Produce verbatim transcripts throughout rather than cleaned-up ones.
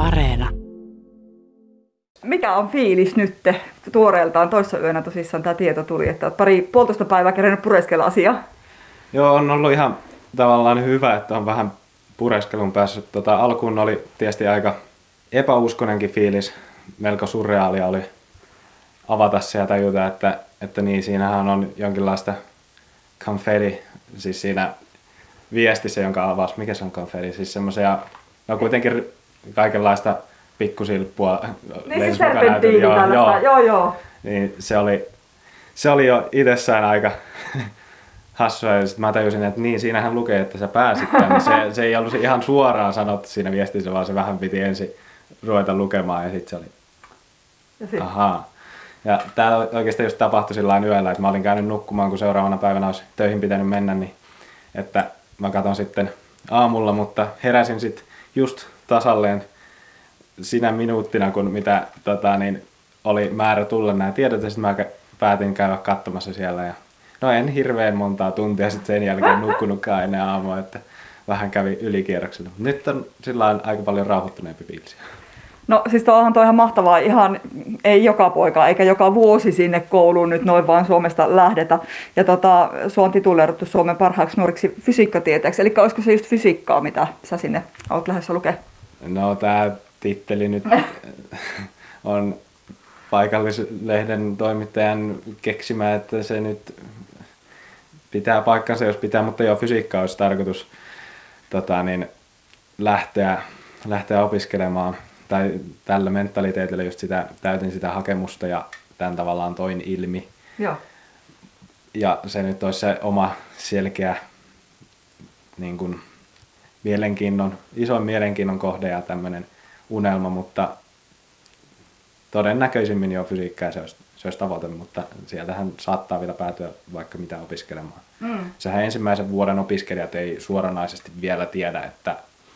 Areena. Mikä on fiilis nyt tuoreeltaan? Toissa yönä tosissaan tämä tieto tuli, että olet pari puolitoista päivää kerännyt pureskella asiaa. Joo, on ollut ihan tavallaan hyvä, että on vähän pureskelun päässyt. Tota, alkuun oli tietysti aika epäuskonenkin fiilis. Melko surreaalia oli avata se ja tajuta, että, että niin, siinähän on jonkinlaista confetti, siis siinä viestissä, jonka avasi. Mikä se on confetti? Siis semmoisia, no kuitenkin kaikenlaista pikkusilppua. Niin se serpenttiini tällaista, joo joo. Niin se oli, se oli jo itsessään aika hassua, ja sitten mä tajusin, että niin, siinähän lukee, että sä pääsit tänne. Se, se ei ollut ihan suoraan sanottu siinä viestissä, vaan se vähän piti ensin ruveta lukemaan, ja sitten se oli, ja sit? ahaa. Ja tää oikeastaan just tapahtui sillä yöllä, että mä olin käynyt nukkumaan, kun seuraavana päivänä olisi töihin pitänyt mennä, niin että mä katon sitten aamulla, mutta heräsin sitten just tasalleen sinä minuuttina, kun mitä tota, niin, oli määrä tulla nämä tiedot, ja sitten mä päätin käydä katsomassa siellä. Ja, no en hirveän montaa tuntia sitten sen jälkeen nukkunutkaan ennen aamua, että vähän kävi ylikierroksella. Nyt on sillä aika paljon rauhoittuneempi fiilisiä. No siis onhan toi ihan mahtavaa, ihan ei joka poika eikä joka vuosi sinne kouluun nyt noin vaan Suomesta lähdetä. Ja tota, sua on tituleerattu Suomen parhaaksi nuoriksi fysiikkatieteeksi, eli olisiko se just fysiikkaa, mitä sä sinne olet lähdössä lukemaan? No tää titteli nyt on paikallislehden toimittajan keksimä, että se nyt pitää paikkansa, jos pitää, mutta joo, fysiikka olisi tarkoitus tota, niin, lähteä, lähteä opiskelemaan. Tai tällä mentaliteetillä just sitä, täytin sitä hakemusta ja tämän tavallaan toin ilmi. Joo. Ja se nyt olisi se oma selkeä niin kuin, mielenkiinnon, isoin mielenkiinnon kohde ja tämmöinen unelma, mutta todennäköisimmin jo fysiikkaa se olisi, se olisi tavoite, mutta sieltähän saattaa vielä päätyä vaikka mitä opiskelemaan. Mm. Sehän ensimmäisen vuoden opiskelijat ei suoranaisesti vielä tiedä, että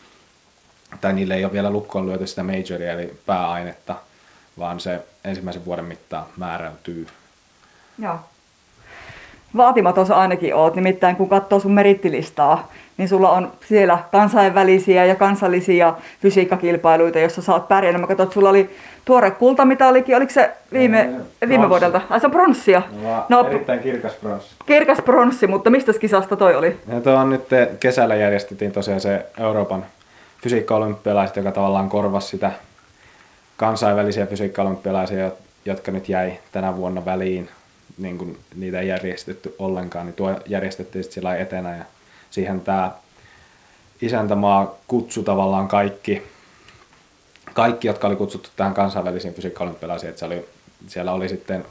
tai niille ei ole vielä lukkoon lyöty sitä majoria eli pääainetta, vaan se ensimmäisen vuoden mittaan määräytyy. Joo. Vaatimaton ainakin oot, nimittäin kun katsoo sun merittilistaa, niin sulla on siellä kansainvälisiä ja kansallisia fysiikkakilpailuita, joissa sä oot pärjännyt. Mä katsoin, että sulla oli tuore kultamitalikin, oliko se viime, no, viime vuodelta? Ai se on pronssia. No, no, erittäin kirkas pronssi. Kirkas pronssi, mutta mistä kisasta toi oli? Ja tuo on nyt kesällä järjestettiin tosiaan se Euroopan fysiikka-olympialaiset, joka tavallaan korvasi sitä kansainvälisiä fysiikka-olympialaisia, jotka nyt jäi tänä vuonna väliin. Niin kun niitä ei järjestetty ollenkaan, niin tuo järjestettiin sitten sillä etenä. Ja siihen tämä isäntämaa kutsui tavallaan kaikki, kaikki, jotka oli kutsuttu tähän kansainvälisiin fysiikka-olympialaisiin. Että se oli, siellä oli sitten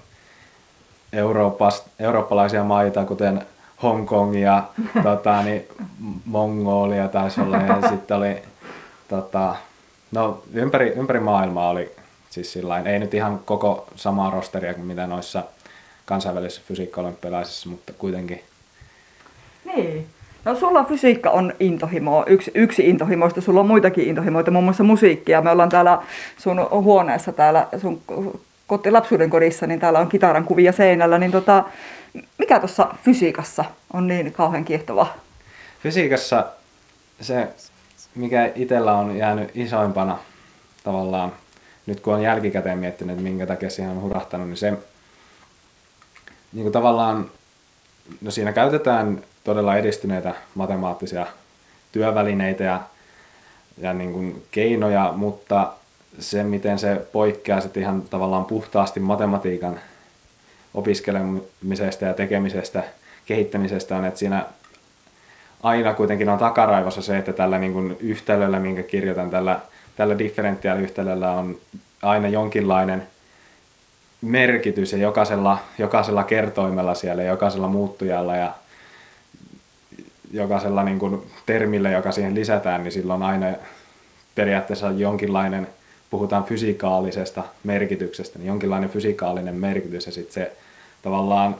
eurooppalaisia maita, kuten Hongkong ja tota, niin, Mongolia taisi olla. Ja sitten oli Tota, no, ympäri, ympäri maailmaa oli siis sillain, ei nyt ihan koko samaa rosteria kuin mitä noissa kansainvälisissä fysiikka-olympialaisissa, mutta kuitenkin. Niin. No sulla fysiikka on intohimo, yksi, yksi intohimoista, sulla on muitakin intohimoita, muun muassa musiikkia. Me ollaan täällä sun huoneessa, täällä sun koti, lapsuuden kodissa, niin täällä on kitaran kuvia seinällä. Niin tota, mikä tuossa fysiikassa on niin kauhean kiehtovaa? Fysiikassa se, mikä itsellä on jäänyt isoimpana tavallaan, nyt kun on jälkikäteen miettinyt, että minkä takia siihen on hurahtanut, niin se niin kuin tavallaan, no siinä käytetään todella edistyneitä matemaattisia työvälineitä ja, ja niin kuin keinoja, mutta se, miten se poikkeaa sitten ihan tavallaan puhtaasti matematiikan opiskelemisesta ja tekemisestä, kehittämisestä on, että siinä aina kuitenkin on takaraivossa se, että tällä niin kuin yhtälöllä, minkä kirjoitan, tällä, tällä differentiaaliyhtälöllä on aina jonkinlainen merkitys ja jokaisella, jokaisella kertoimella siellä, jokaisella muuttujalla ja jokaisella niin kuin termillä, joka siihen lisätään, niin silloin aina periaatteessa jonkinlainen, puhutaan fysikaalisesta merkityksestä, niin jonkinlainen fysikaalinen merkitys ja sitten se tavallaan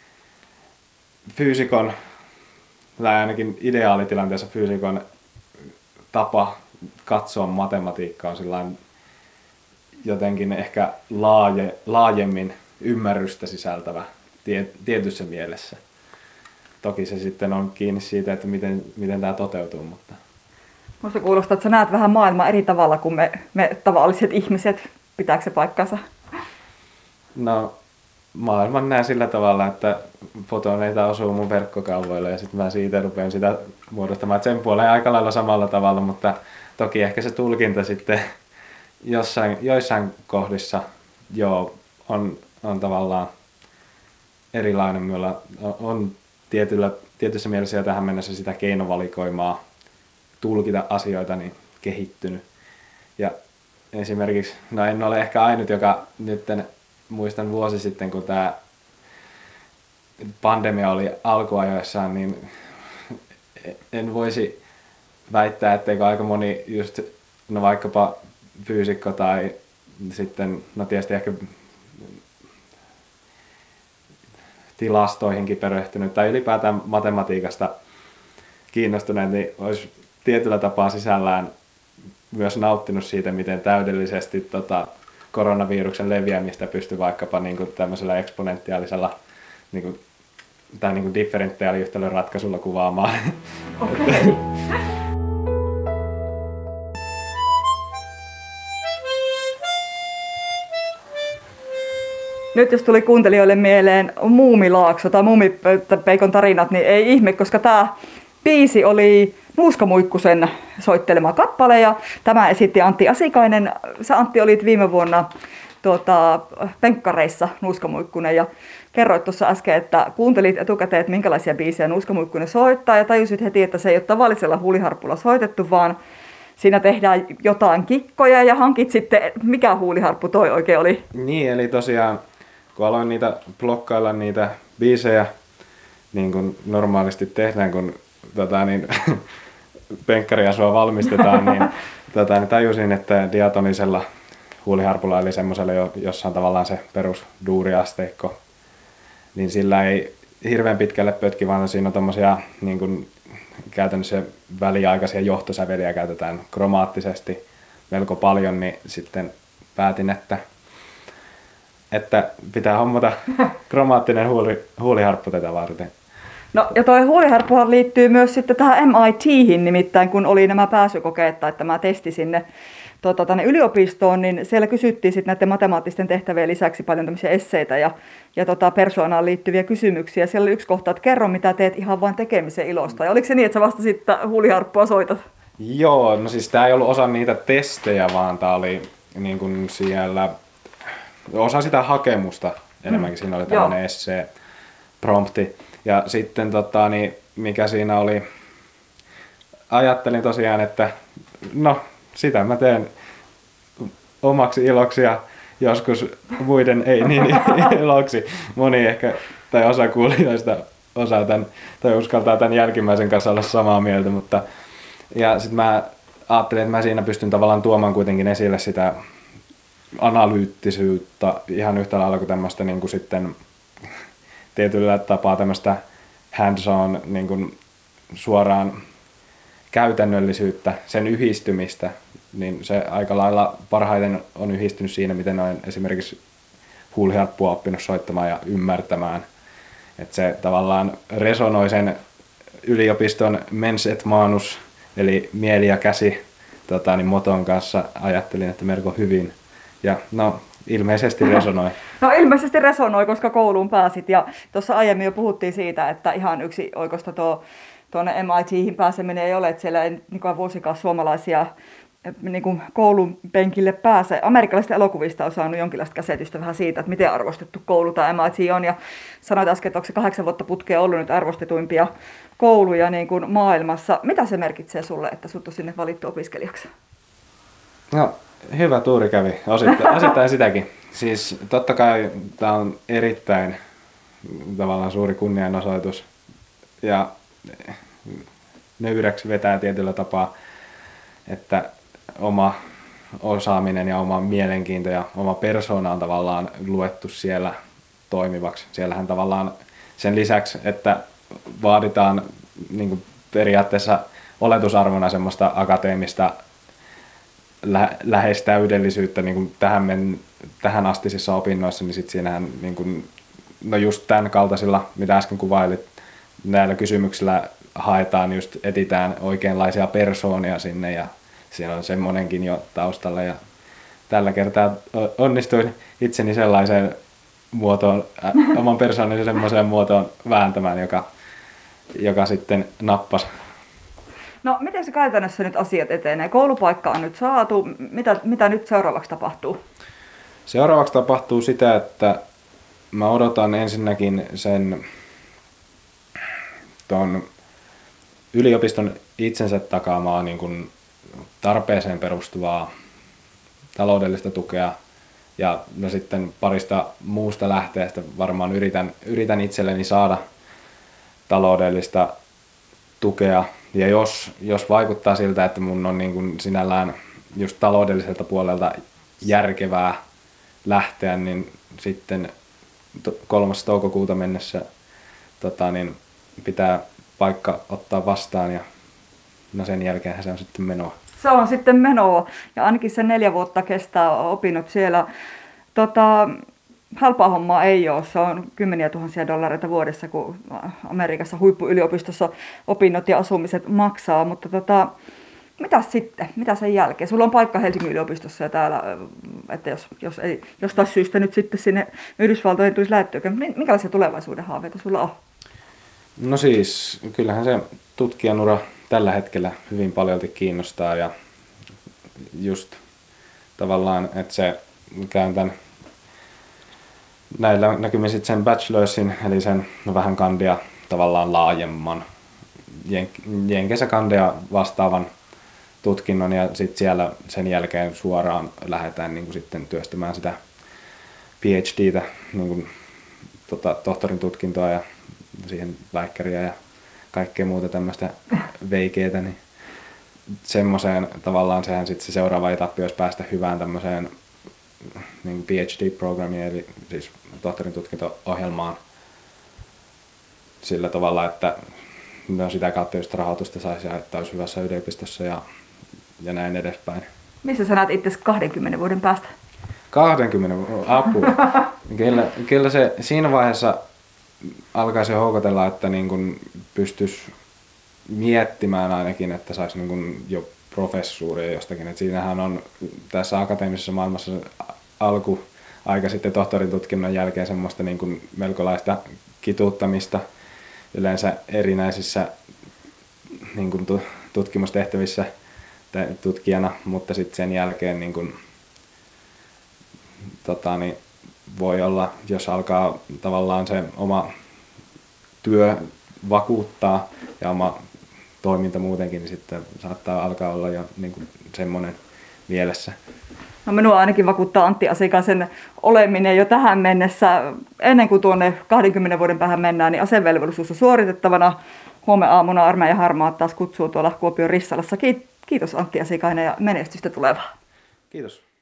fyysikon, tai ainakin ideaalitilanteessa fyysikon tapa katsoa matematiikkaa on sillain jotenkin ehkä laaje, laajemmin ymmärrystä sisältävä tie, tietyssä mielessä. Toki se sitten on kiinni siitä, että miten, miten tämä toteutuu. Mutta Musta kuulostaa, että sä näet vähän maailmaa eri tavalla kuin me, me tavalliset ihmiset. Pitääkö se paikkansa? No, maailman näen sillä tavalla, että fotoneita osuu mun verkkokalvoille ja sitten mä siitä rupean sitä muodostamaan. Et sen puoleen aika lailla samalla tavalla, mutta toki ehkä se tulkinta sitten jossain, joissain kohdissa joo, on, on tavallaan erilainen. Meillä on tietyllä, tietyssä mielessä jo tähän mennessä sitä keinovalikoimaa tulkita asioita niin kehittynyt. Ja esimerkiksi, no en ole ehkä ainut, joka nytten muistan vuosi sitten, kun tämä pandemia oli alkuajoissaan, niin en voisi väittää, etteikö aika moni just, no vaikkapa fyysikko tai sitten, no tietysti ehkä tilastoihinkin perehtynyt tai ylipäätään matematiikasta kiinnostuneet, niin olisi tietyllä tapaa sisällään myös nauttinut siitä, miten täydellisesti tota, koronaviruksen leviämistä pystyy vaikkapa niin kuin tämmöisellä eksponentiaalisella niin kuin, tai niin kuin differentiaaliyhtälön ratkaisulla kuvaamaan. Okay. Nyt jos tuli kuuntelijoille mieleen Muumilaakso tai Muumipeikon tarinat, niin ei ihme, koska tämä biisi oli Nuuska Muikkusen soittelema kappale ja tämä esitti Antti Asikainen. Sä Antti olit viime vuonna tuota, penkkareissa Nuuska Muikkunen ja kerroit tuossa äsken, että kuuntelit etukäteen, että minkälaisia biisejä Nuuska Muikkunen soittaa ja tajusit heti, että se ei ole tavallisella huuliharpulla soitettu, vaan siinä tehdään jotain kikkoja ja hankit sitten, mikä huuliharppu toi oikein oli? Niin, eli tosiaan kun aloin niitä blokkailla niitä biisejä, niin kuin normaalisti tehdään, kun tota, niin, penkkariasua valmistetaan, niin, tota, niin tajusin, että diatonisella huuliharpulla, eli semmoisella, jossa on tavallaan se perusduuriasteikko, niin sillä ei hirveän pitkälle pötki, vaan siinä on tommosia niin kuin, käytännössä väliaikaisia johtosäveliä käytetään kromaattisesti melko paljon, niin sitten päätin, että että pitää hommata kromaattinen huuli, huuliharppu tätä varten. No ja toi huuliharppuhan liittyy myös sitten tähän M I T:hin, nimittäin kun oli nämä pääsykokeet tai tämä testi sinne tuota, tänne yliopistoon, niin siellä kysyttiin sitten näiden matemaattisten tehtävien lisäksi paljon tämmöisiä esseitä ja, ja tota, persoonaan liittyviä kysymyksiä. Siellä oli yksi kohta, että kerro mitä teet ihan vain tekemisen ilosta. Ja oliko se niin, että sä vastasit, että huuliharppua soitat? Joo, no siis tää ei ollut osa niitä testejä, vaan tää oli niin kuin siellä osa sitä hakemusta enemmänkin. Siinä oli tämmöinen essee prompti. Ja sitten tota, niin mikä siinä oli, ajattelin tosiaan, että no sitä mä teen omaksi iloksi ja joskus muiden ei niin iloksi. Moni ehkä tai osa kuulijoista osaa tämän, tai uskaltaa tämän jälkimmäisen kanssa olla samaa mieltä, mutta ja sitten mä ajattelin, että mä siinä pystyn tavallaan tuomaan kuitenkin esille sitä analyyttisyyttä ihan yhtä lailla kuin tämmöistä niin kuin sitten tietyllä tapaa tämmöistä hands-on niin kuin suoraan käytännöllisyyttä, sen yhdistymistä, niin se aika lailla parhaiten on yhdistynyt siinä, miten olen esimerkiksi huuliharppua oppinut soittamaan ja ymmärtämään. Että se tavallaan resonoi sen yliopiston mens et manus, eli mieli ja käsi tota, niin moton kanssa ajattelin, että melko hyvin. Ja no, ilmeisesti resonoi. No ilmeisesti resonoi, koska kouluun pääsit. Ja tuossa aiemmin jo puhuttiin siitä, että ihan yksi oikosta tuo tuonne M I T:hin pääseminen ei ole, että siellä ei niin vuosikaan suomalaisia niin kuin koulun penkille pääse. Amerikkalaisista elokuvista on saanut jonkinlaista käsitystä vähän siitä, että miten arvostettu koulu tämä M I T on. Ja sanoit äsken, että onko se kahdeksan vuotta putkea ollut nyt arvostetuimpia kouluja niin kuin maailmassa. Mitä se merkitsee sulle, että sut on sinne valittu opiskelijaksi? No, hyvä tuuri kävi. Osittain, osittain sitäkin. Siis totta kai tämä on erittäin tavallaan suuri kunnianosoitus. Ja nöyräksi vetää tietyllä tapaa, että oma osaaminen ja oma mielenkiinto ja oma persoona on tavallaan luettu siellä toimivaksi. Siellähän tavallaan sen lisäksi, että vaaditaan niin kuin periaatteessa oletusarvona semmoista akateemista lä- lähes täydellisyyttä niin kuin tähän, men- tähän astisissa opinnoissa, niin sit siinähän niin kuin, no just tämän kaltaisilla, mitä äsken kuvailit, näillä kysymyksillä haetaan just, etitään oikeanlaisia persoonia sinne ja siellä on semmonenkin jo taustalla ja tällä kertaa onnistuin itseni sellaiseen muotoon, äh, oman persoonani semmoiseen muotoon vääntämään, joka, joka sitten nappasi. No, miten se käytännössä nyt asiat etenee? Koulupaikka on nyt saatu. Mitä, mitä nyt seuraavaksi tapahtuu? Seuraavaksi tapahtuu sitä, että mä odotan ensinnäkin sen ton yliopiston itsensä takaamaa niin kuin tarpeeseen perustuvaa taloudellista tukea ja no sitten parista muusta lähteestä varmaan yritän, yritän itselleni saada taloudellista tukea. Ja jos, jos vaikuttaa siltä, että mun on niin kuin sinällään just taloudelliselta puolelta järkevää lähteä, niin sitten kolmas toukokuuta mennessä tota, niin pitää paikka ottaa vastaan ja no sen jälkeen se on sitten menoa. Se on sitten menoa ja ainakin se neljä vuotta kestää opinnot siellä. Tota, halpaa hommaa ei ole, se on kymmeniä tuhansia dollareita vuodessa, kun Amerikassa huippuyliopistossa opinnot ja asumiset maksaa, mutta tota, mitä sitten? Mitä sen jälkeen? Sulla on paikka Helsingin yliopistossa ja täällä, että jos, jos ei jostain syystä nyt sitten sinne Yhdysvaltoihin tulisi lähettyäkään, minkälaisia tulevaisuuden haaveita sulla on? No siis, kyllähän se tutkijanura tällä hetkellä hyvin paljolti kiinnostaa ja just tavallaan, että se käyn tämän näillä näkymin sitten sen bachelorsin, eli sen no vähän kandia tavallaan laajemman jenkensä kandia vastaavan tutkinnon ja sitten siellä sen jälkeen suoraan lähdetään niin kuin sitten työstämään sitä PhDtä, niin kuin, tota, tohtorin tutkintoa ja siihen väikkäriä ja kaikkea muuta tämmöistä veikeetä, niin semmoiseen tavallaan sehän sitten se seuraava etappi olisi päästä hyvään tämmöiseen niin PhD-programmiin, eli siis tohtorin tutkinto-ohjelmaan sillä tavalla, että no sitä kautta just rahoitusta saisi ja että olisi hyvässä yliopistossa ja, ja näin edespäin. Missä sä näet itse kaksikymmentä vuoden päästä? kaksikymmentä apua. kyllä, kyllä se siinä vaiheessa alkaisi houkutella, että niin kun pystyisi miettimään ainakin, että saisi niin kun jo professuuria jostakin. Et siinähän on tässä akateemisessa maailmassa alkuaika sitten tohtorin tutkinnon jälkeen semmoista niin kun melkolaista kituuttamista yleensä erinäisissä niin kun tutkimustehtävissä tutkijana, mutta sitten sen jälkeen niin kun, tota, niin voi olla, jos alkaa tavallaan se oma työ vakuuttaa ja oma toiminta muutenkin, niin sitten saattaa alkaa olla jo niin kuin semmoinen mielessä. No minua ainakin vakuuttaa Antti Asikaisen oleminen jo tähän mennessä. Ennen kuin tuonne kaksikymmentä vuoden päähän mennään, niin asevelvollisuus on suoritettavana. Huomenna aamuna armeija harmaat taas kutsuu tuolla Kuopion Rissalassa. Kiitos Antti Asikainen ja menestystä tulevaa. Kiitos.